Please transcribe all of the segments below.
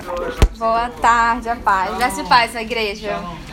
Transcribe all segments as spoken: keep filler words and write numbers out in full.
Boa tarde, a paz. Graças e paz, a igreja.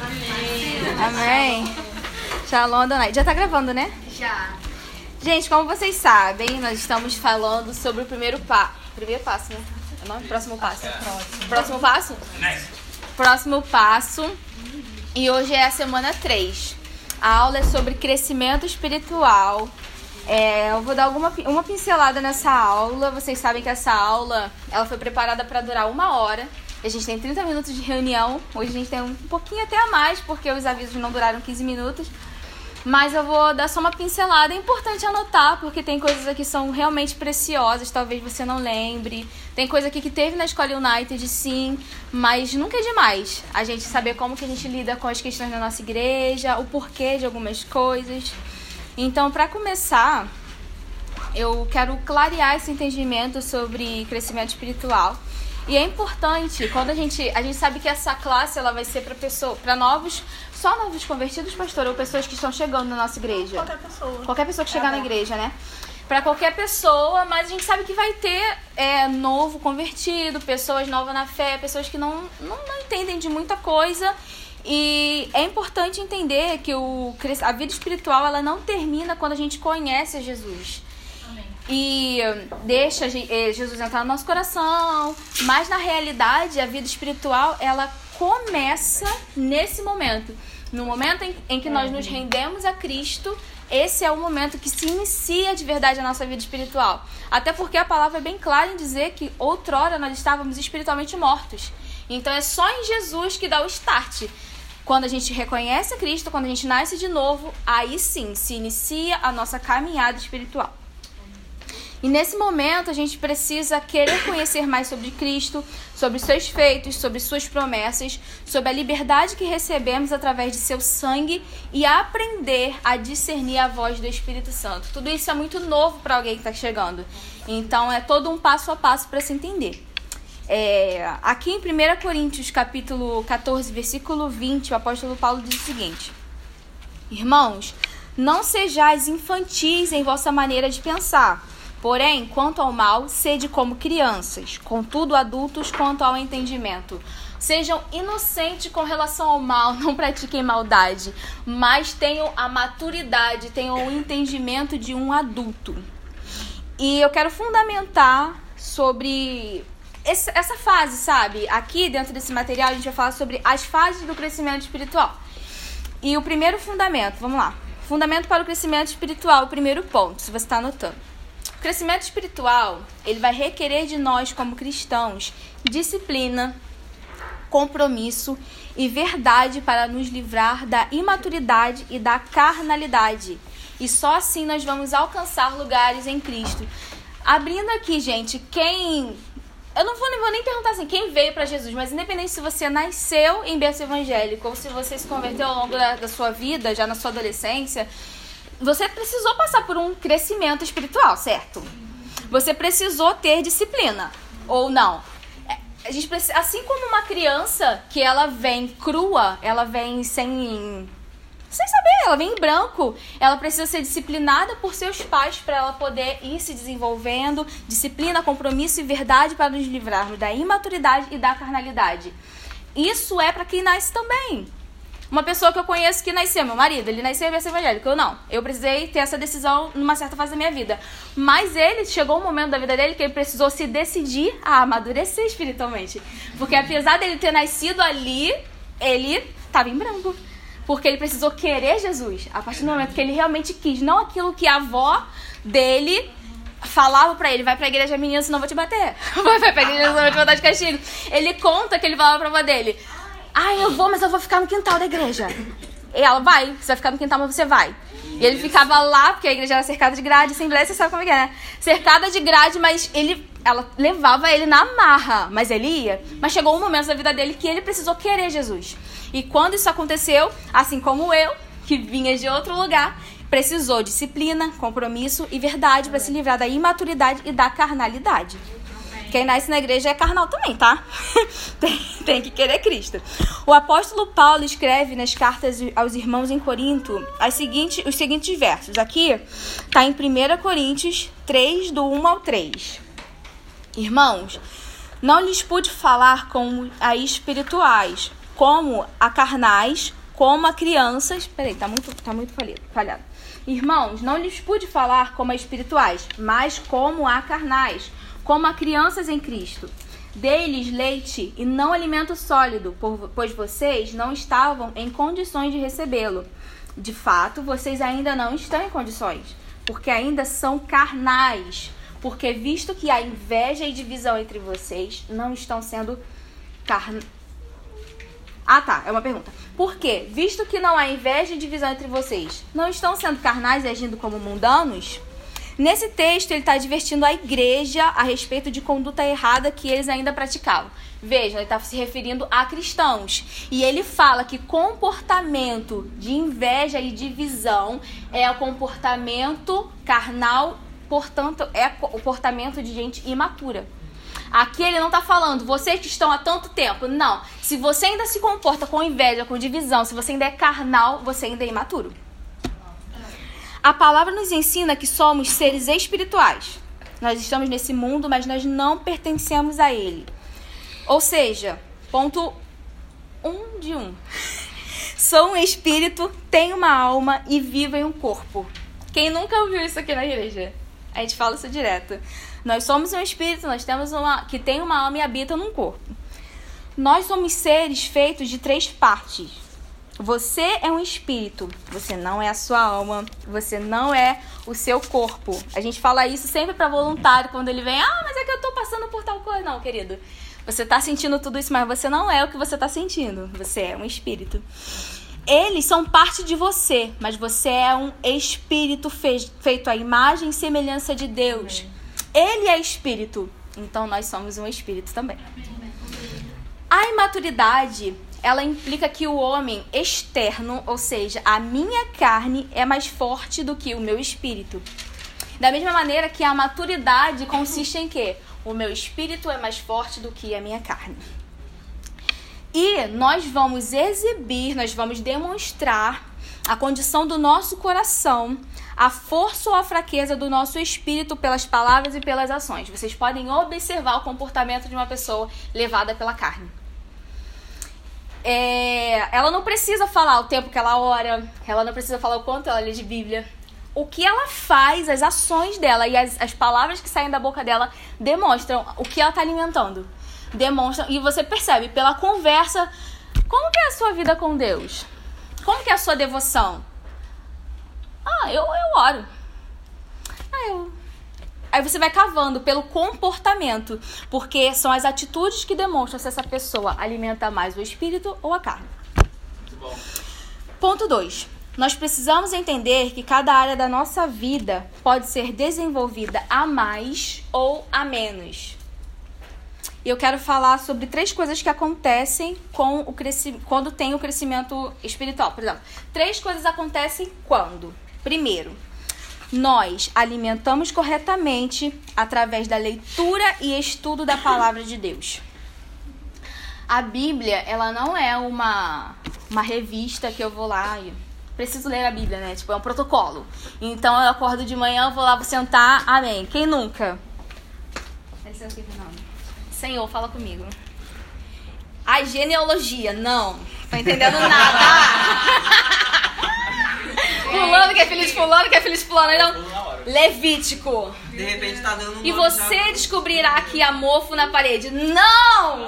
Amém. Shalom, Donai. Já tá gravando, né? Já. Gente, como vocês sabem, nós estamos falando sobre o primeiro passo. Primeiro passo, né? É o nome? Próximo passo. Próximo. Próximo passo? Próximo passo. E hoje é a semana três. A aula é sobre crescimento espiritual. É, eu vou dar alguma, uma pincelada nessa aula. Vocês sabem que essa aula ela foi preparada para durar uma hora. A gente tem trinta minutos de reunião. Hoje a gente tem um pouquinho até a mais, porque os avisos não duraram quinze minutos. Mas eu vou dar só uma pincelada. É importante anotar, porque tem coisas aqui que são realmente preciosas. Talvez você não lembre. Tem coisa aqui que teve na Escola United, sim. Mas nunca é demais a gente saber como que a gente lida com as questões da nossa igreja, o porquê de algumas coisas. Então, para começar, eu quero clarear esse entendimento sobre crescimento espiritual. E é importante, quando a gente... A gente sabe que essa classe ela vai ser para pessoa, para novos... Só novos convertidos, pastor, ou pessoas que estão chegando na nossa igreja? Qualquer pessoa. Qualquer pessoa que chegar É, na igreja, né? Para qualquer pessoa, mas a gente sabe que vai ter é, novo convertido, pessoas novas na fé, pessoas que não, não, não entendem de muita coisa. E é importante entender que o, a vida espiritual ela não termina quando a gente conhece Jesus. Amém. E deixa Jesus entrar no nosso coração. Mas na realidade a vida espiritual ela começa nesse momento. No momento em, em que nós nos rendemos a Cristo, esse é o momento que se inicia de verdade a nossa vida espiritual. Até porque a palavra é bem clara em dizer que outrora nós estávamos espiritualmente mortos. Então é só em Jesus que dá o start. Quando a gente reconhece Cristo, quando a gente nasce de novo, aí sim se inicia a nossa caminhada espiritual. E nesse momento a gente precisa querer conhecer mais sobre Cristo, sobre seus feitos, sobre suas promessas, sobre a liberdade que recebemos através de seu sangue e aprender a discernir a voz do Espírito Santo. Tudo isso é muito novo para alguém que está chegando. Então é todo um passo a passo para se entender. É, aqui em primeira Coríntios, capítulo catorze, versículo vinte, o apóstolo Paulo diz o seguinte: Irmãos, não sejais infantis em vossa maneira de pensar, porém, quanto ao mal, sede como crianças, contudo adultos quanto ao entendimento. Sejam inocentes com relação ao mal, não pratiquem maldade, mas tenham a maturidade, tenham o entendimento de um adulto. E eu quero fundamentar sobre essa fase, sabe? Aqui dentro desse material a gente vai falar sobre as fases do crescimento espiritual. E o primeiro fundamento, vamos lá. Fundamento para o crescimento espiritual, o primeiro ponto, se você está anotando. O crescimento espiritual, ele vai requerer de nós como cristãos disciplina, compromisso e verdade para nos livrar da imaturidade e da carnalidade. E só assim nós vamos alcançar lugares em Cristo. Abrindo aqui, gente, quem... Eu não vou, nem vou nem perguntar assim, quem veio para Jesus, mas independente se você nasceu em berço evangélico ou se você se converteu ao longo da, da sua vida, já na sua adolescência, você precisou passar por um crescimento espiritual, certo? Você precisou ter disciplina, ou não? A gente precisa, assim como uma criança que ela vem crua, ela vem sem... Sem saber, ela vem em branco. Ela precisa ser disciplinada por seus pais para ela poder ir se desenvolvendo. Disciplina, compromisso e verdade para nos livrarmos da imaturidade e da carnalidade. Isso é para quem nasce também. Uma pessoa que eu conheço que nasceu, meu marido, ele nasceu em berço evangélico. Eu não. Eu precisei ter essa decisão numa certa fase da minha vida. Mas ele, chegou um momento da vida dele que ele precisou se decidir a amadurecer espiritualmente. Porque apesar dele ter nascido ali, ele estava em branco. Porque ele precisou querer Jesus. A partir do momento que ele realmente quis. Não aquilo que a avó dele falava pra ele. Vai pra igreja, menina, senão eu vou te bater. Vai pra igreja, senão eu vou te botar de castigo. Ele conta que ele falava pra avó dele. Ah, eu vou, mas eu vou ficar no quintal da igreja. E ela, vai. Você vai ficar no quintal, mas você vai. E ele ficava lá, porque a igreja era cercada de grade. Assembleia, você sabe como é que é, né? Cercada de grade, mas ele... Ela levava ele na marra. Mas ele ia. Mas chegou um momento da vida dele que ele precisou querer Jesus. E quando isso aconteceu, assim como eu, que vinha de outro lugar, precisou disciplina, compromisso e verdade para se livrar da imaturidade e da carnalidade. Amém. Quem nasce na igreja é carnal também, tá? tem, tem que querer Cristo. O apóstolo Paulo escreve nas cartas aos irmãos em Corinto as seguintes, os seguintes versos. Aqui está em primeira Coríntios três, do um ao três. Irmãos, Não lhes pude falar como a espirituais, como a carnais, como a crianças. Peraí, tá muito, tá muito falhado. Irmãos, não lhes pude falar como a espirituais, mas como a carnais, como a crianças em Cristo. Dei-lhes leite e não alimento sólido, pois vocês não estavam em condições de recebê-lo. De fato, vocês ainda não estão em condições, porque ainda são carnais. Porque visto que há inveja e divisão entre vocês, não estão sendo carnais. Ah, tá, é uma pergunta. Por quê? Visto que não há inveja e divisão entre vocês, não estão sendo carnais e agindo como mundanos? Nesse texto, ele está advertindo a igreja a respeito de conduta errada que eles ainda praticavam. Vejam, ele está se referindo a cristãos. E ele fala que comportamento de inveja e divisão é o comportamento carnal, portanto, é o comportamento de gente imatura. Aqui ele não está falando, vocês que estão há tanto tempo. Não, se você ainda se comporta com inveja, com divisão, se você ainda é carnal, você ainda é imaturo. A palavra nos ensina que somos seres espirituais. Nós estamos nesse mundo, mas nós não pertencemos a ele. Ou seja, ponto um de um. Sou um espírito, tenho uma alma e vivo em um corpo. Quem nunca ouviu isso aqui na igreja? A gente fala isso direto. Nós somos um espírito, nós temos uma que tem uma alma e habita num corpo. Nós somos seres feitos de três partes. Você é um espírito, você não é a sua alma, você não é o seu corpo. A gente fala isso sempre para voluntário, quando ele vem, ah, mas é que eu tô passando por tal coisa. Não, querido, você tá sentindo tudo isso, mas você não é o que você tá sentindo. Você é um espírito. Eles são parte de você, mas você é um espírito fe- feito à imagem e semelhança de Deus. Ele é espírito, então nós somos um espírito também. A imaturidade, ela implica que o homem externo, ou seja, a minha carne, é mais forte do que o meu espírito. Da mesma maneira que a maturidade consiste em quê? O meu espírito é mais forte do que a minha carne. E nós vamos exibir, nós vamos demonstrar a condição do nosso coração, a força ou a fraqueza do nosso espírito pelas palavras e pelas ações. Vocês podem observar o comportamento de uma pessoa levada pela carne. É, ela não precisa falar o tempo que ela ora, ela não precisa falar o quanto ela lê de Bíblia. O que ela faz, as ações dela e as, as palavras que saem da boca dela demonstram o que ela está alimentando. Demonstram, e você percebe pela conversa, como que é a sua vida com Deus? Como que é a sua devoção? Ah, eu, eu oro. Ah, eu... Aí você vai cavando pelo comportamento, porque são as atitudes que demonstram se essa pessoa alimenta mais o espírito ou a carne. Muito bom. Ponto dois. Nós precisamos entender que cada área da nossa vida pode ser desenvolvida a mais ou a menos. E eu quero falar sobre três coisas que acontecem com o cresci... quando tem o crescimento espiritual. Por exemplo, três coisas acontecem quando? Primeiro, nós alimentamos corretamente através da leitura e estudo da palavra de Deus. A Bíblia, ela não é uma, uma revista que eu vou lá e preciso ler a Bíblia, né? Tipo, é um protocolo. Então eu acordo de manhã, vou lá, vou sentar, amém. Quem nunca? Senhor, fala comigo. Ai, genealogia, não. Tô entendendo nada. Fulano que é filho de fulano, que é filho de fulano. Então, Levítico. De repente tá dando um E você já... descobrirá que há mofo na parede. Não!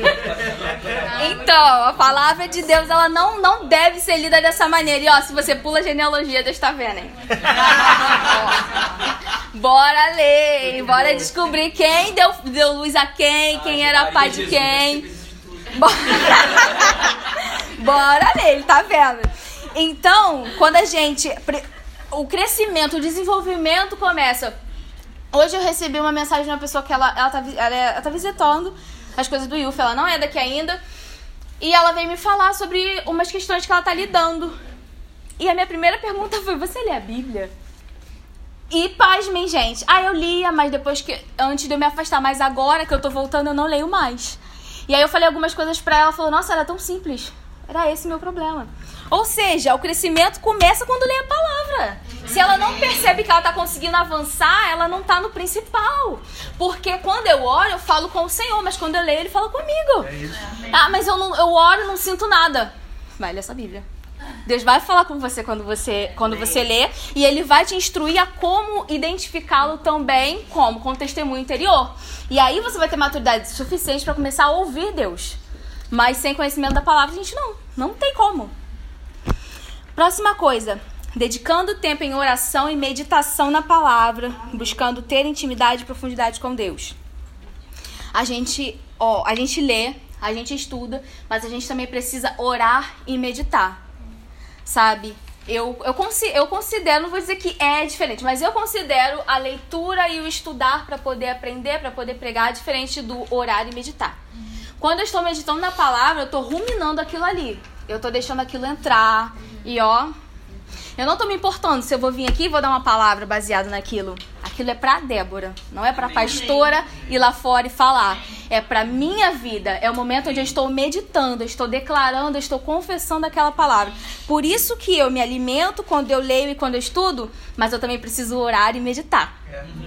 Então, a palavra de Deus, ela não, não deve ser lida dessa maneira. E ó, se você pula a genealogia, Deus tá vendo, hein? Bora ler, bora descobrir quem deu, deu luz a quem, quem era pai de quem. Bora, bora ler, ele tá vendo? Então, quando a gente... O crescimento, o desenvolvimento começa... Hoje eu recebi uma mensagem de uma pessoa que ela, ela, tá, ela, ela tá visitando as coisas do I U F, ela não é daqui ainda. E ela veio me falar sobre umas questões que ela tá lidando. E a minha primeira pergunta foi, você lê a Bíblia? E pasmem, gente. Ah, eu lia, mas depois que... Antes de eu me afastar, mas agora que eu tô voltando, eu não leio mais. E aí eu falei algumas coisas pra ela, ela falou, nossa, era tão simples. Era esse o meu problema. Ou seja, o crescimento começa quando lê a palavra. Se ela não percebe que ela está conseguindo avançar, ela não está no principal. Porque quando eu oro, eu falo com o Senhor, mas quando eu leio, Ele fala comigo. Ah, mas eu, não, eu oro e não sinto nada. Vai ler essa Bíblia. Deus vai falar com você quando você, quando você lê, e Ele vai te instruir a como identificá-lo também, como com o testemunho interior. E aí você vai ter maturidade suficiente para começar a ouvir Deus. Mas sem conhecimento da palavra, a gente não, não tem como. Próxima coisa, dedicando tempo em oração e meditação na palavra, buscando ter intimidade e profundidade com Deus. A gente, ó, a gente lê, a gente estuda, mas a gente também precisa orar e meditar, sabe? Eu, eu, eu considero, não vou dizer que é diferente, mas eu considero a leitura e o estudar para poder aprender, para poder pregar, diferente do orar e meditar. Quando eu estou meditando na palavra, eu estou ruminando aquilo ali. Eu estou deixando aquilo entrar. E ó, eu não estou me importando se eu vou vir aqui e vou dar uma palavra baseada naquilo. Aquilo é para Débora, não é para a pastora ir lá fora e falar. É para minha vida. É o momento onde eu estou meditando, eu estou declarando, eu estou confessando aquela palavra. Por isso que eu me alimento quando eu leio e quando eu estudo, mas eu também preciso orar e meditar.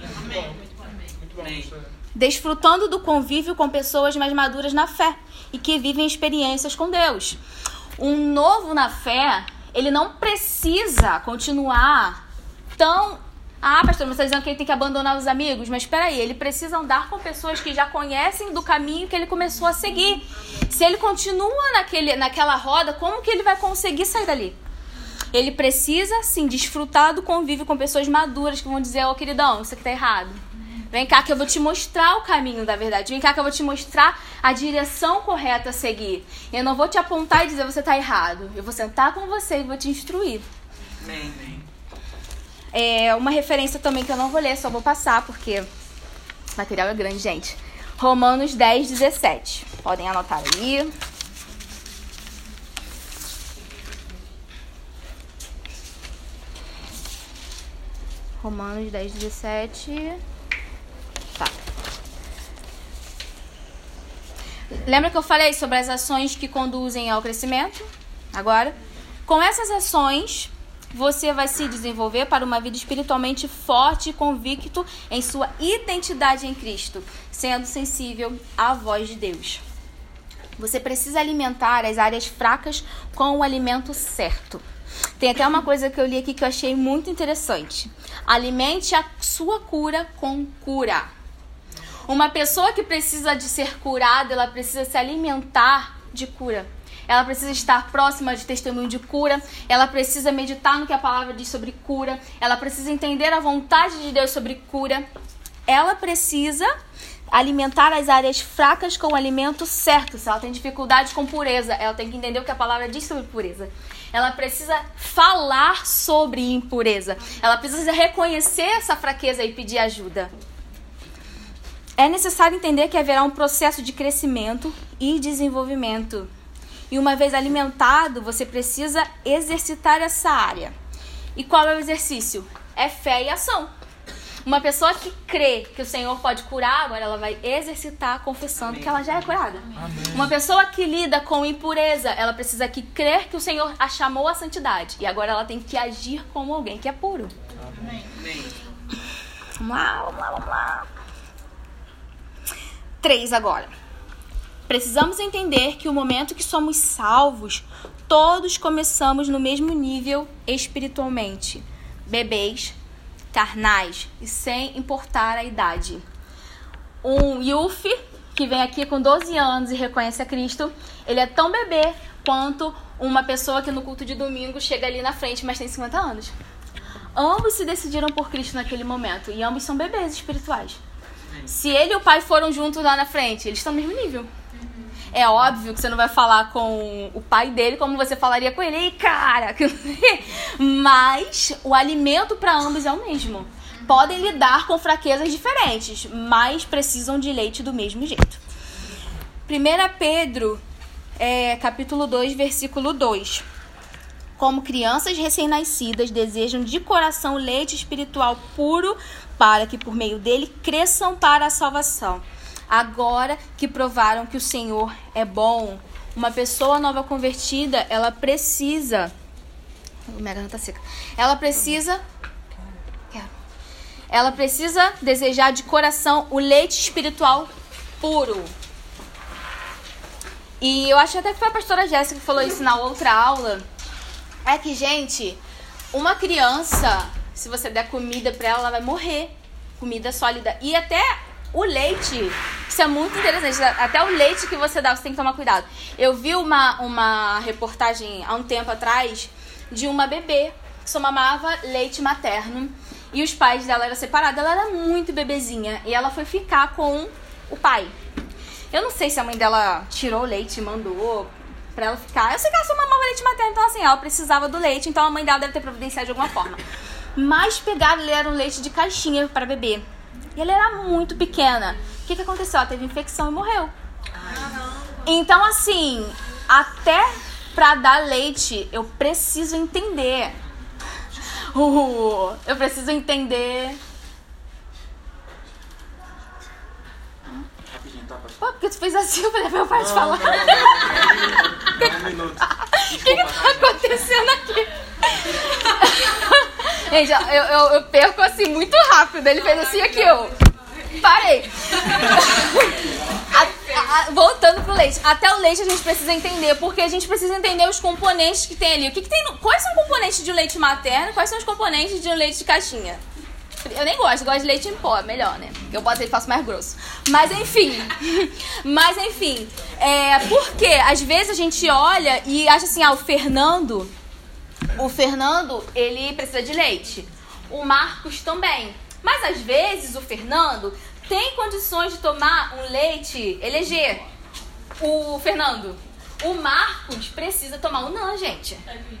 Desfrutando do convívio com pessoas mais maduras na fé e que vivem experiências com Deus. Um novo na fé, ele não precisa continuar tão... Ah, pastor, você está dizendo que ele tem que abandonar os amigos? Mas espera aí, ele precisa andar com pessoas que já conhecem do caminho que ele começou a seguir. Se ele continua naquele, naquela roda, como que ele vai conseguir sair dali? Ele precisa, sim, desfrutar do convívio com pessoas maduras que vão dizer, ô, queridão, isso aqui tá errado. Vem cá que eu vou te mostrar o caminho da verdade. Vem cá que eu vou te mostrar a direção correta a seguir. Eu não vou te apontar e dizer você está errado. Eu vou sentar com você e vou te instruir. Amém. É uma referência também que eu não vou ler, só vou passar porque o material é grande, gente. Romanos dez, dezessete. Podem anotar aí. Romanos dez, dezessete... Tá. Lembra que eu falei sobre as ações que conduzem ao crescimento? Agora, com essas ações, você vai se desenvolver para uma vida espiritualmente forte e convicto em sua identidade em Cristo, sendo sensível à voz de Deus. Você precisa alimentar as áreas fracas com o alimento certo. Tem até uma coisa que eu li aqui que eu achei muito interessante. Alimente a sua cura com cura. Uma pessoa que precisa de ser curada, ela precisa se alimentar de cura. Ela precisa estar próxima de testemunho de cura. Ela precisa meditar no que a palavra diz sobre cura. Ela precisa entender a vontade de Deus sobre cura. Ela precisa alimentar as áreas fracas com o alimento certo. Se ela tem dificuldade com pureza, ela tem que entender o que a palavra diz sobre pureza. Ela precisa falar sobre impureza. Ela precisa reconhecer essa fraqueza e pedir ajuda. É necessário entender que haverá um processo de crescimento e desenvolvimento. E uma vez alimentado, você precisa exercitar essa área. E qual é o exercício? É fé e ação. Uma pessoa que crê que o Senhor pode curar, agora ela vai exercitar confessando Amém. Que ela já é curada. Amém. Uma pessoa que lida com impureza, ela precisa aqui crer que o Senhor a chamou à santidade. E agora ela tem que agir como alguém que é puro. Amém. Vamos lá, vamos lá, vamos lá. Três agora. Precisamos entender que o momento que somos salvos, todos começamos no mesmo nível espiritualmente. Bebês, carnais e sem importar a idade. Um youth que vem aqui com doze anos e reconhece a Cristo, ele é tão bebê quanto uma pessoa que no culto de domingo chega ali na frente, mas tem cinquenta anos. Ambos se decidiram por Cristo naquele momento e ambos são bebês espirituais. Se ele e o pai foram juntos lá na frente, eles estão no mesmo nível. É óbvio que você não vai falar com o pai dele como você falaria com ele. Ei, cara! Mas o alimento para ambos é o mesmo. Podem lidar com fraquezas diferentes, mas precisam de leite do mesmo jeito. primeira Pedro, é, capítulo dois, versículo dois. Como crianças recém-nascidas, desejam de coração leite espiritual puro, para que por meio dele cresçam para a salvação. Agora que provaram que o Senhor é bom, Uma pessoa nova convertida, ela precisa... O minha garganta tá seca. Ela precisa... Quero. Ela precisa desejar de coração o leite espiritual puro. E eu acho até que foi a pastora Jéssica que falou isso na outra aula. É que, gente, uma criança, se você der comida pra ela, ela vai morrer. Comida sólida. E até o leite, isso é muito interessante. Até o leite que você dá, você tem que tomar cuidado. Eu vi uma, uma reportagem há um tempo atrás de uma bebê que só mamava leite materno. E os pais dela eram separados. Ela era muito bebezinha. E ela foi ficar com o pai. Eu não sei se a mãe dela tirou o leite e mandou pra ela ficar. Eu sei que ela só mamava leite materno, então assim, ela precisava do leite. Então a mãe dela deve ter providenciado de alguma forma. Mas pegaram, ele era um leite de caixinha para beber. E ela era muito pequena. O que que aconteceu? Ela teve infecção e morreu. Então assim, até pra dar leite, eu preciso entender. Uh, eu preciso entender... Pô, porque tu fez assim, eu falei, meu pai te falar. Um minuto. O que que tá acontecendo aqui? Gente, eu, eu, eu perco assim muito rápido. Ele fez assim aqui, eu parei. A, a, voltando pro leite. Até o leite a gente precisa entender, porque a gente precisa entender os componentes que tem ali. O que que tem no, quais são os componentes de um leite materno e quais são os componentes de um leite de caixinha? Eu nem gosto, eu gosto de leite em pó, melhor, né? Porque eu boto ele e faço mais grosso. Mas enfim, mas enfim, é, porque às vezes a gente olha e acha assim, ah, o Fernando, o Fernando, ele precisa de leite. O Marcos também. Mas às vezes o Fernando tem condições de tomar um leite L G. O Fernando, o Marcos precisa tomar um N A, gente.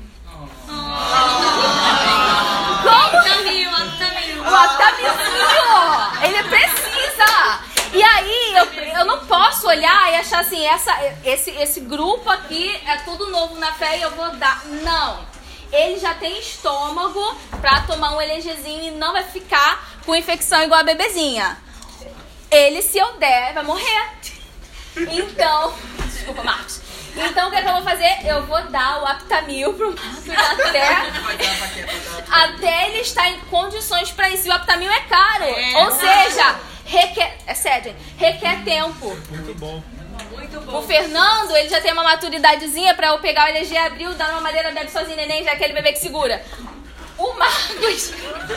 Como? O Octavinho, ele precisa. E aí eu, eu não posso olhar e achar assim, essa, esse, esse grupo aqui é tudo novo na fé e eu vou dar. Não, ele já tem estômago pra tomar um LGzinho e não vai ficar com infecção igual a bebezinha. Ele, se eu der, vai morrer. Então, desculpa, Marcos. Então, o que é que eu vou fazer? Eu vou dar o Aptamil pro Marcos até, até ele estar em condições para isso. E o Aptamil é caro. É. Ou seja, requer... É sério, requer tempo. Muito bom. Muito bom. O Fernando, ele já tem uma maturidadezinha para eu pegar o L G, abrir, dar uma madeira, bebe sozinho, neném, já é aquele bebê que segura. O Marcos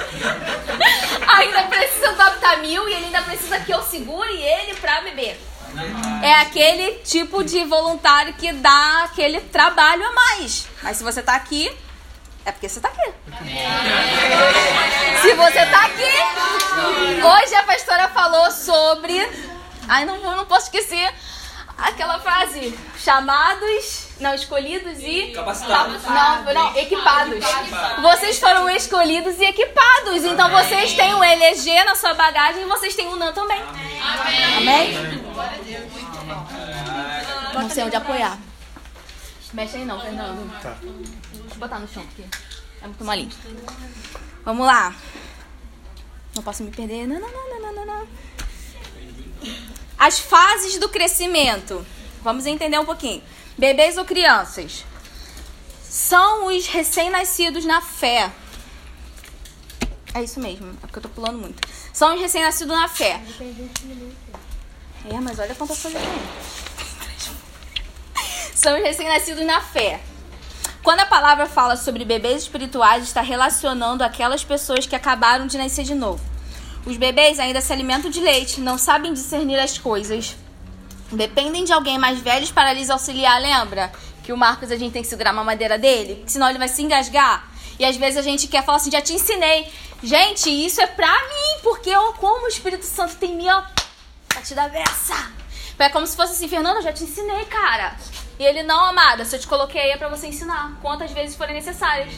ainda precisa do Aptamil e ele ainda precisa que eu segure ele pra beber. É aquele tipo de voluntário que dá aquele trabalho a mais. Mas se você tá aqui, é porque você tá aqui. Se você tá aqui, hoje a pastora falou sobre... Ai, não, não posso esquecer aquela frase. Chamados, não, escolhidos e... Capacitados. Não, não, equipados. Vocês foram escolhidos e equipados. Então vocês têm um L G na sua bagagem e vocês têm um N A também. Amém? Não sei onde apoiar. Mexe aí não, Fernando. Tá. Deixa eu botar no chão, porque é muito molinho. Vamos lá. Não posso me perder. Não, não, não, não, não, não. As fases do crescimento. Vamos entender um pouquinho. Bebês ou crianças? São os recém-nascidos na fé. É isso mesmo, é porque eu tô pulando muito. São os recém-nascidos na fé. É, mas olha quantas coisas tem. São os recém-nascidos na fé. Quando a palavra fala sobre bebês espirituais, está relacionando aquelas pessoas que acabaram de nascer de novo. Os bebês ainda se alimentam de leite, não sabem discernir as coisas. Dependem de alguém mais velho para lhes auxiliar, lembra? Que o Marcos, a gente tem que segurar uma madeira dele, senão ele vai se engasgar. E às vezes a gente quer falar assim, já te ensinei. Gente, isso é pra mim, porque eu, como o Espírito Santo tem me, ó, pra te dar beça. É como se fosse assim, Fernando, eu já te ensinei, cara. E ele, não, amada, se eu te coloquei aí é pra você ensinar, quantas vezes forem necessárias.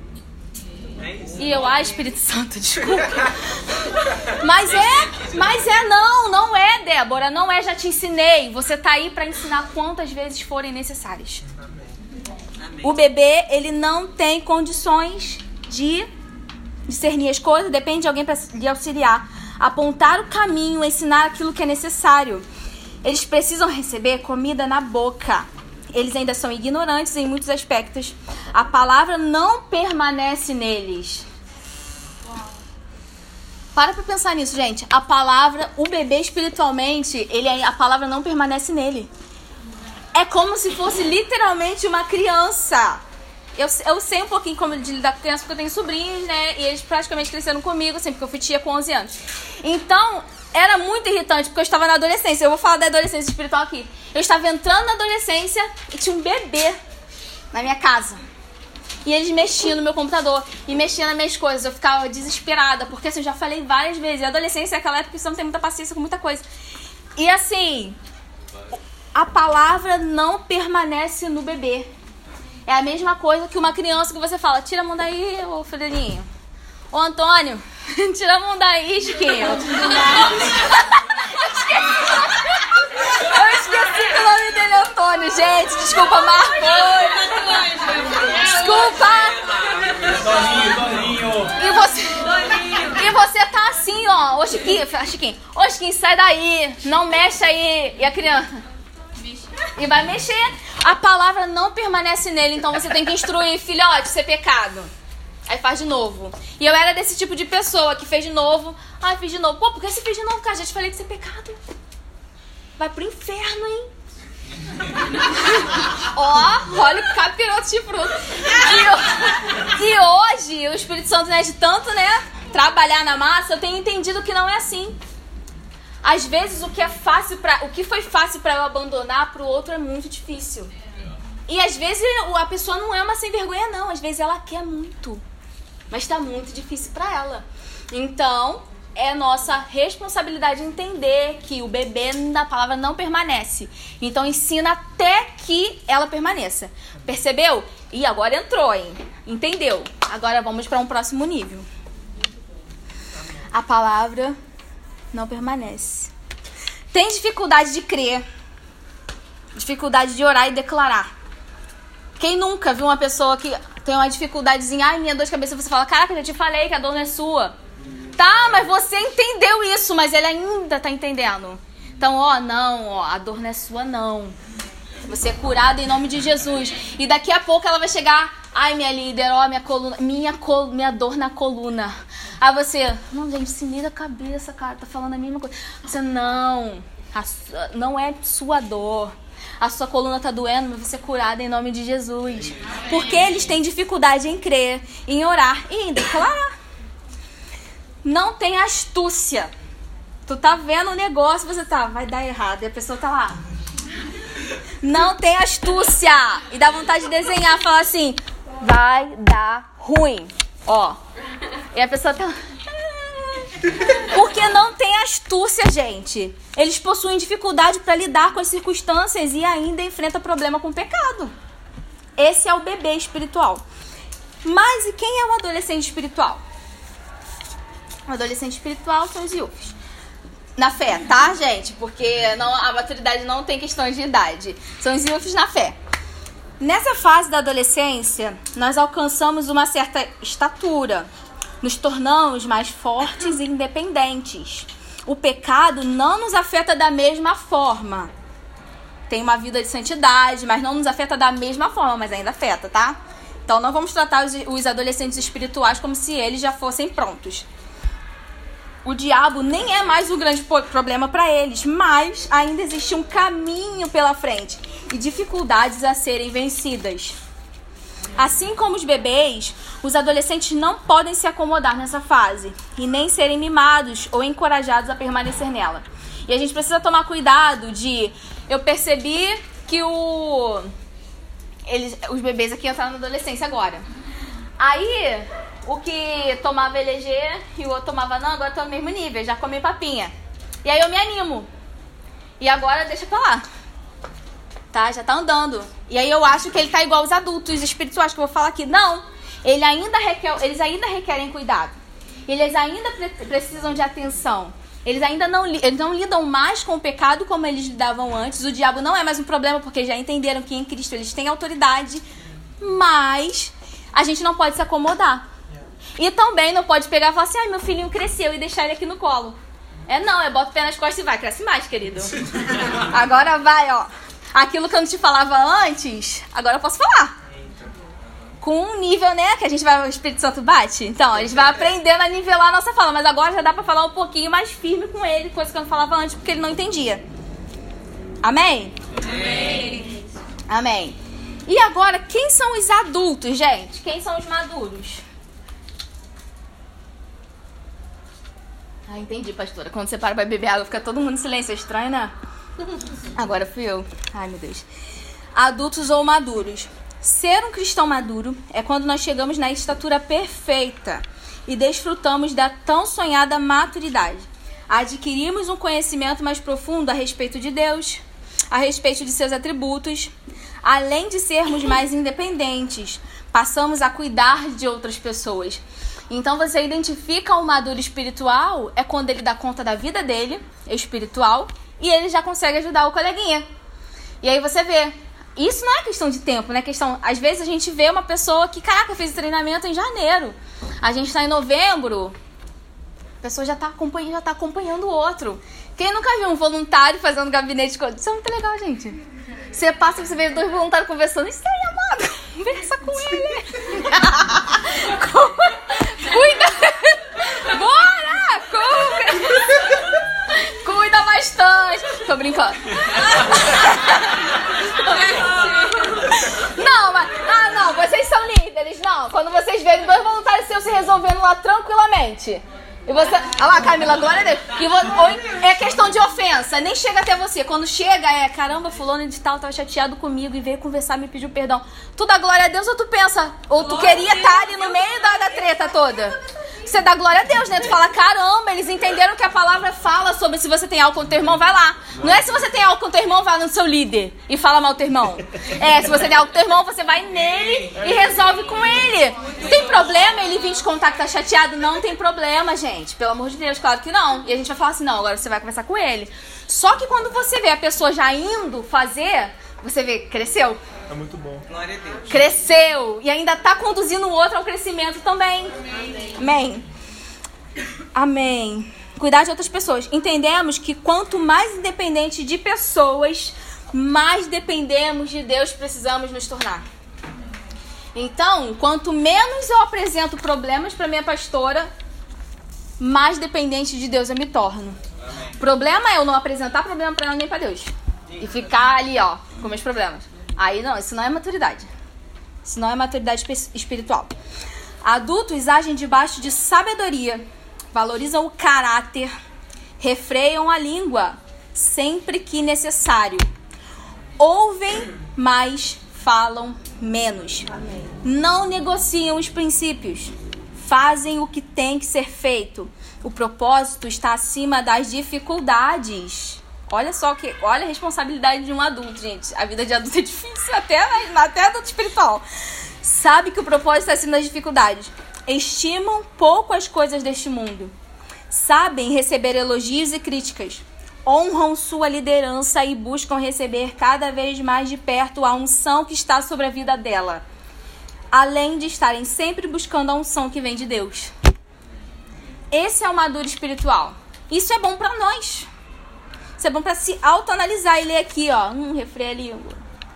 E eu, ah, Espírito Santo, desculpa. Mas é, mas é não, não é, Débora, não é, já te ensinei. Você tá aí pra ensinar quantas vezes forem necessárias. O bebê, ele não tem condições de discernir as coisas, depende de alguém para lhe auxiliar, apontar o caminho, ensinar aquilo que é necessário. Eles precisam receber comida na boca. eles ainda são ignorantes em muitos aspectos. A palavra não permanece neles. Para pra pensar nisso, gente. A palavra, o bebê espiritualmente, ele, a palavra não permanece nele. É como se fosse literalmente uma criança. Eu, eu sei um pouquinho como de lidar com criança, porque eu tenho sobrinhos, né? E eles praticamente cresceram comigo, assim, porque eu fui tia com onze anos. Então, era muito irritante, porque eu estava na adolescência. Eu vou falar da adolescência espiritual aqui. Eu estava entrando na adolescência e tinha um bebê na minha casa. E eles mexiam no meu computador e mexiam nas minhas coisas. Eu ficava desesperada, porque assim, eu já falei várias vezes. A adolescência é aquela época que você não tem muita paciência com muita coisa. E assim, a palavra não permanece no bebê. É a mesma coisa que uma criança que você fala, tira a mão daí, ô Frederinho. Ô Antônio, tira a mão daí, Chiquinho. Eu esqueci que o nome dele é Antônio, gente. Desculpa, Marco. Desculpa. Toninho, Toninho. E você, e você tá assim, ó. Ô Chiquinho, Chiquinho. Ô Chiquinho, sai daí. Não mexe aí. E a criança? E vai mexer. A palavra não permanece nele, então você tem que instruir, filhote, isso é pecado. Aí faz de novo. E eu era desse tipo de pessoa que fez de novo. Ai, fiz de novo. Pô, por que você fez de novo, cara? Já te falei que isso é pecado. Vai pro inferno, hein? Ó, olha o capiroto chifrudo. E, e hoje, o Espírito Santo, né, de tanto, né, trabalhar na massa, eu tenho entendido que não é assim. Às vezes, o que é fácil pra, o que foi fácil pra eu abandonar pro outro é muito difícil. E às vezes a pessoa não é uma sem vergonha, não. Às vezes ela quer muito, mas tá muito difícil pra ela. Então, é nossa responsabilidade entender que o bebê na palavra não permanece. Então, ensina até que ela permaneça. Percebeu? E agora entrou, hein? Entendeu? Agora vamos para um próximo nível. A palavra não permanece. Tem dificuldade de crer. Dificuldade de orar e declarar. Quem nunca viu uma pessoa que tem uma dificuldadezinha, ai, minha dor de cabeça, você fala, caraca, já te falei que a dor não é sua. Tá, mas você entendeu isso, mas ele ainda tá entendendo. Então, ó, não, ó, a dor não é sua, não. Você é curada em nome de Jesus. E daqui a pouco ela vai chegar, ai, minha líder, ó, minha coluna, minha, col, minha dor na coluna. Aí você, não, gente, se liga a cabeça, cara, tá falando a mesma coisa. Você, não, a, não é sua dor. A sua coluna tá doendo, mas você é curada em nome de Jesus. Porque eles têm dificuldade em crer, em orar e em declarar. Não tem astúcia. Tu tá vendo o negócio, você tá, vai dar errado. E a pessoa tá lá. Não tem astúcia. E dá vontade de desenhar, falar assim, vai dar ruim. Ó. E a pessoa tá... Porque não tem astúcia, gente. Eles possuem dificuldade para lidar com as circunstâncias e ainda enfrentam problema com o pecado. Esse é o bebê espiritual. Mas e quem é o adolescente espiritual? O adolescente espiritual são os iufes. Na fé, tá, gente? Porque não, a maturidade não tem questão de idade. São os iufes na fé. Nessa fase da adolescência, nós alcançamos uma certa estatura. Nos tornamos mais fortes e independentes. O pecado não nos afeta da mesma forma. Tem uma vida de santidade, mas não nos afeta da mesma forma, mas ainda afeta, tá? Então não vamos tratar os, os adolescentes espirituais como se eles já fossem prontos. O diabo nem é mais o grande problema para eles, mas ainda existe um caminho pela frente e dificuldades a serem vencidas. Assim como os bebês, os adolescentes não podem se acomodar nessa fase e nem serem mimados ou encorajados a permanecer nela. E a gente precisa tomar cuidado de... Eu percebi que o... Eles, os bebês aqui entraram na adolescência agora. Aí, o que tomava L G e o outro tomava não, agora tá no mesmo nível, já comem papinha. E aí eu me animo. E agora deixa pra lá. Tá? Já tá andando. E aí eu acho que ele tá igual aos adultos espirituais que eu vou falar aqui. Não. Ele ainda requer, eles ainda requerem cuidado. Eles ainda pre- precisam de atenção. Eles ainda não, eles não lidam mais com o pecado como eles lidavam antes. O diabo não é mais um problema porque já entenderam que em Cristo eles têm autoridade. Mas a gente não pode se acomodar. E também não pode pegar e falar assim, ai, meu filhinho cresceu e deixar ele aqui no colo. É não, é bota o pé nas costas e vai. Cresce mais, querido. Agora vai, ó. aquilo que eu não te falava antes, agora eu posso falar. Com um nível, né, que a gente vai, o Espírito Santo bate. Então, a gente vai aprendendo a nivelar a nossa fala. Mas agora já dá pra falar um pouquinho mais firme com ele, coisa que eu não falava antes, porque ele não entendia. Amém? Amém. Amém. E agora, quem são os adultos, gente? Quem são os maduros? Ah, entendi, pastora. Quando você para pra beber água, fica todo mundo em silêncio. É estranho, né? Agora fui eu. Ai, meu Deus. Adultos ou maduros. Ser um cristão maduro é quando nós chegamos na estatura perfeita e desfrutamos da tão sonhada maturidade. Adquirimos um conhecimento mais profundo a respeito de Deus, a respeito de seus atributos. Além de sermos mais independentes, passamos a cuidar de outras pessoas. Então você identifica um maduro espiritual é quando ele dá conta da vida dele, espiritual, e ele já consegue ajudar o coleguinha. E aí você vê, isso não é questão de tempo, né? Questão, às vezes a gente vê uma pessoa que, caraca, fez treinamento em janeiro. A gente tá em novembro, a pessoa já tá acompanhando, já tá acompanhando o outro. Quem nunca viu um voluntário fazendo gabinete de coisa? Isso é muito legal, gente. Você passa e você vê dois voluntários conversando. Isso aí, amado. Conversa com ele. Cuida. Bora. Cuida bastante. Tô brincando. Não, mas... Ah, não. Vocês são líderes. Não. Quando vocês verem dois voluntários seus se resolvendo lá tranquilamente... E você... Olha lá, Camila, glória a Deus. E vo... Ou é questão de ofensa, nem chega até você. Quando chega é, caramba, fulano de tal tava chateado comigo e veio conversar, me pediu perdão. Tu dá glória a Deus ou tu pensa? Ou tu queria estar ali no meio da, da treta toda? Você dá glória a Deus, né? Tu fala, caramba, eles entenderam que a palavra fala sobre se você tem algo com o teu irmão, vai lá. Não é se você tem algo com o teu irmão, vai no seu líder e fala mal do teu irmão. É, se você tem algo com o teu irmão, você vai nele e resolve com ele. Tem problema ele vir te contar que tá chateado? Não tem problema, gente. Pelo amor de Deus, claro que não. E a gente vai falar assim, não, agora você vai conversar com ele. Só que quando você vê a pessoa já indo fazer, você vê, cresceu. É muito bom. Glória a Deus. Cresceu. E ainda tá conduzindo o outro ao crescimento também. Amém. Amém. Cuidar de outras pessoas. Entendemos que quanto mais independente de pessoas, mais dependemos de Deus precisamos nos tornar. Então, quanto menos eu apresento problemas para minha pastora, mais dependente de Deus eu me torno. Amém. O problema é eu não apresentar problema para ela nem para Deus. E ficar ali, ó, com meus problemas. Aí não, isso não é maturidade. Isso não é maturidade espiritual. Adultos agem debaixo de sabedoria, valorizam o caráter, refreiam a língua sempre que necessário. Ouvem, mas falam menos. Amém. Não negociam os princípios. Fazem o que tem que ser feito. O propósito está acima das dificuldades. Olha só que, olha a responsabilidade de um adulto, gente. A vida de adulto é difícil, até, até adulto espiritual. Sabe que o propósito está acima das dificuldades. Estimam pouco as coisas deste mundo. Sabem receber elogios e críticas. Honram sua liderança e buscam receber cada vez mais de perto a unção que está sobre a vida dela. Além de estarem sempre buscando a unção que vem de Deus. Esse é o maduro espiritual. Isso é bom para nós. Isso é bom para se autoanalisar e ler aqui, ó. Hum, refreia a língua.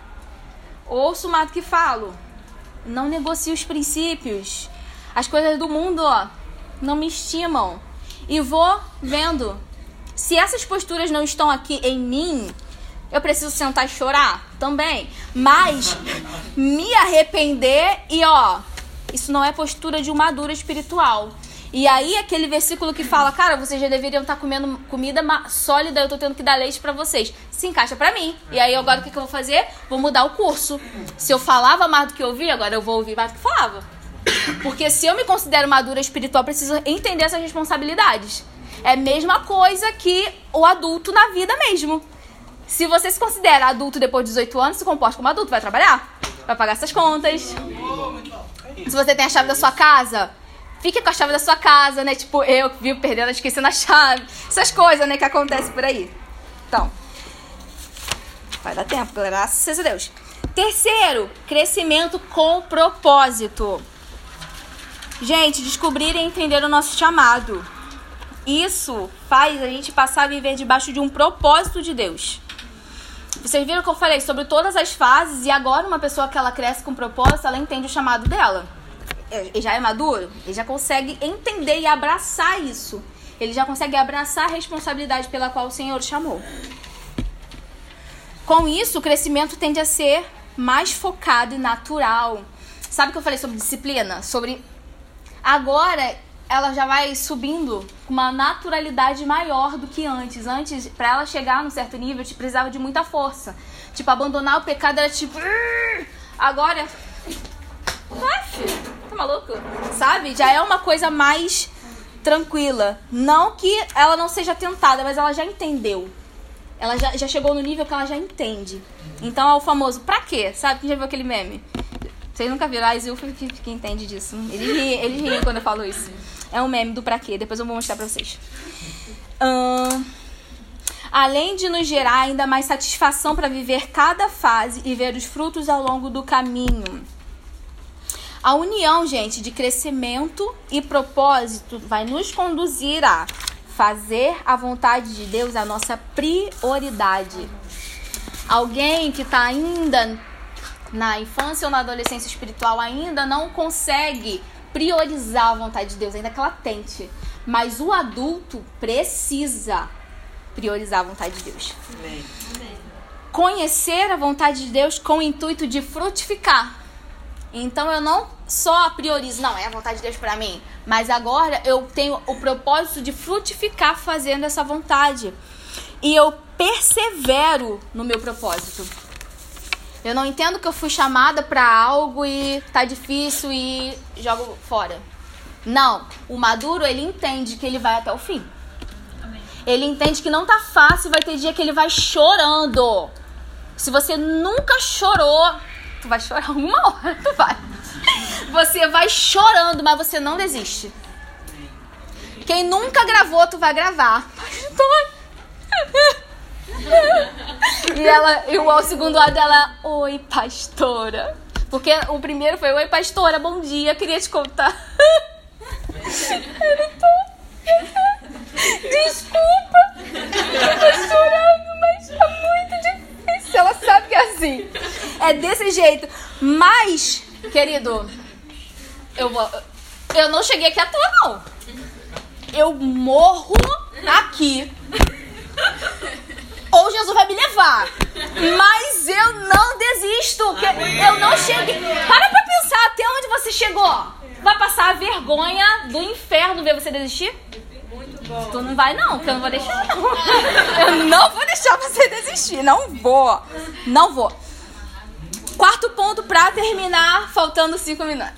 Ouço mais do que falo. Não negocio os princípios. As coisas do mundo, ó, não me estimam. E vou vendo. Se essas posturas não estão aqui em mim, eu preciso sentar e chorar também. Mas me arrepender e, ó, isso não é postura de um maduro espiritual. E aí aquele versículo que fala, cara, vocês já deveriam estar comendo comida sólida, eu tô tendo que dar leite pra vocês. Se encaixa pra mim. E aí agora o que, que eu vou fazer? Vou mudar o curso. Se eu falava mais do que eu ouvia, agora eu vou ouvir mais do que falava. Porque se eu me considero madura espiritual, preciso entender essas responsabilidades. É a mesma coisa que o adulto na vida mesmo. Se você se considera adulto depois de dezoito anos, se comporta como adulto, vai trabalhar, vai pagar suas contas. Se você tem a chave da sua casa, fique com a chave da sua casa, né? Tipo, eu que vivo perdendo, esquecendo a chave. Essas coisas, né, que acontecem por aí. Então, vai dar tempo, graças a Deus. Terceiro, crescimento com propósito. Gente, descobrir e entender o nosso chamado. Isso faz a gente passar a viver debaixo de um propósito de Deus. Vocês viram que eu falei sobre todas as fases, e agora uma pessoa que ela cresce com propósito, ela entende o chamado dela. Ele já é maduro, ele já consegue entender e abraçar isso. Ele já consegue abraçar a responsabilidade pela qual o Senhor o chamou. Com isso, o crescimento tende a ser mais focado e natural. Sabe o que eu falei sobre disciplina? Sobre... Agora, ela já vai subindo com uma naturalidade maior do que antes. Antes, pra ela chegar num certo nível, te precisava de muita força. Tipo, abandonar o pecado era tipo... Agora... Ai, filho, tá maluco? Sabe? Já é uma coisa mais tranquila. Não que ela não seja tentada, mas ela já entendeu. Ela já, já chegou no nível que ela já entende. Então é o famoso, pra quê? Sabe? Quem já viu aquele meme? Vocês nunca viram? A Zilfa que, que entende disso. Ele ri, ele ri quando eu falo isso. É um meme do pra quê. Depois eu vou mostrar pra vocês. Hum, além de nos gerar ainda mais satisfação para viver cada fase e ver os frutos ao longo do caminho. A união, gente, de crescimento e propósito vai nos conduzir a fazer a vontade de Deus a nossa prioridade. Alguém que está ainda na infância ou na adolescência espiritual ainda não consegue priorizar a vontade de Deus, ainda que ela tente. Mas o adulto precisa priorizar a vontade de Deus. Amém. Conhecer a vontade de Deus com o intuito de frutificar. Então eu não só priorizo, não, é a vontade de Deus para mim, mas agora eu tenho o propósito de frutificar fazendo essa vontade. E eu persevero no meu propósito. Eu não entendo que eu fui chamada para algo e tá difícil e jogo fora. Não, o maduro, ele entende que ele vai até o fim. Amém. Ele entende que não tá fácil, vai ter dia que ele vai chorando. Se você nunca chorou, tu vai chorar uma hora, tu vai. Você vai chorando, mas você não desiste. Quem nunca gravou, tu vai gravar. E ela, e o segundo lado dela, oi, pastora. Porque o primeiro foi, oi, pastora, bom dia, queria te contar. Eu tô... Desculpa, eu tô chorando, mas tá muito difícil. Ela sabe que é assim. É desse jeito. Mas, querido, eu, vou, eu não cheguei aqui à toa, não. Eu morro aqui. Ou Jesus vai me levar. Mas eu não desisto. Eu não cheguei. Para pra pensar até onde você chegou. Vai passar a vergonha do inferno ver você desistir? Muito bom. Tu não vai não, porque eu não vou deixar não. Eu não vou deixar você desistir. Não vou. Não vou. Quarto ponto pra terminar, faltando cinco minutos.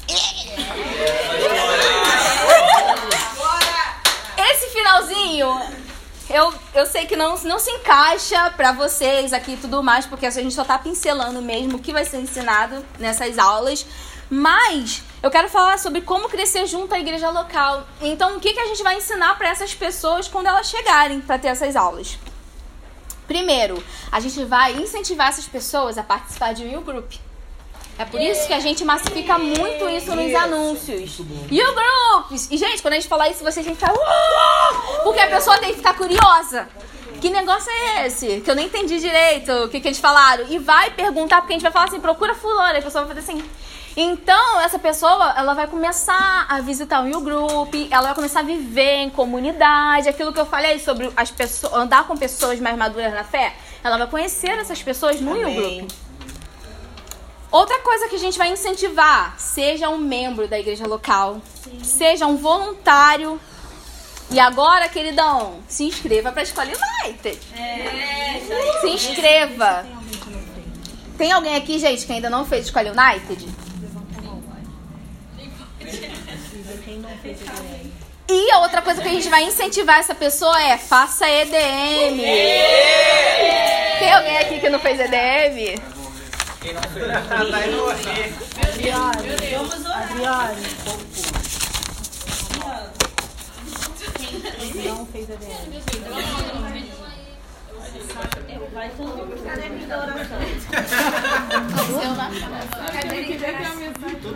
Esse finalzinho... Eu, eu sei que não, não se encaixa pra vocês aqui e tudo mais, porque a gente só tá pincelando mesmo o que vai ser ensinado nessas aulas. Mas eu quero falar sobre como crescer junto à igreja local. Então, o que, que a gente vai ensinar pra essas pessoas quando elas chegarem pra ter essas aulas? Primeiro, a gente vai incentivar essas pessoas a participar de um group. É por isso que a gente massifica muito isso nos anúncios. E o groups. E, gente, quando a gente falar isso, vocês têm que ficar... Uau! Porque a pessoa tem que ficar curiosa. Que negócio é esse? Que eu nem entendi direito o que, que eles falaram. E vai perguntar, porque a gente vai falar assim, procura fulano. E a pessoa vai fazer assim. Então, essa pessoa, ela vai começar a visitar o New Group. Ela vai começar a viver em comunidade. Aquilo que eu falei sobre as pessoas, andar com pessoas mais maduras na fé. Ela vai conhecer essas pessoas no New Group. Outra coisa que a gente vai incentivar, seja um membro da igreja local, sim, seja um voluntário. E agora, queridão, se inscreva para a Escola United. É, se inscreva. Tem alguém aqui, gente, que ainda não fez Escola United? E a outra coisa que a gente vai incentivar essa pessoa é, faça E D M. Tem alguém aqui que não fez E D M? Quem não fez, vai morrer. Adriane, vamos orar. Adriane. Quem não fez a D M? Vai todo mundo ficar dentro da oração.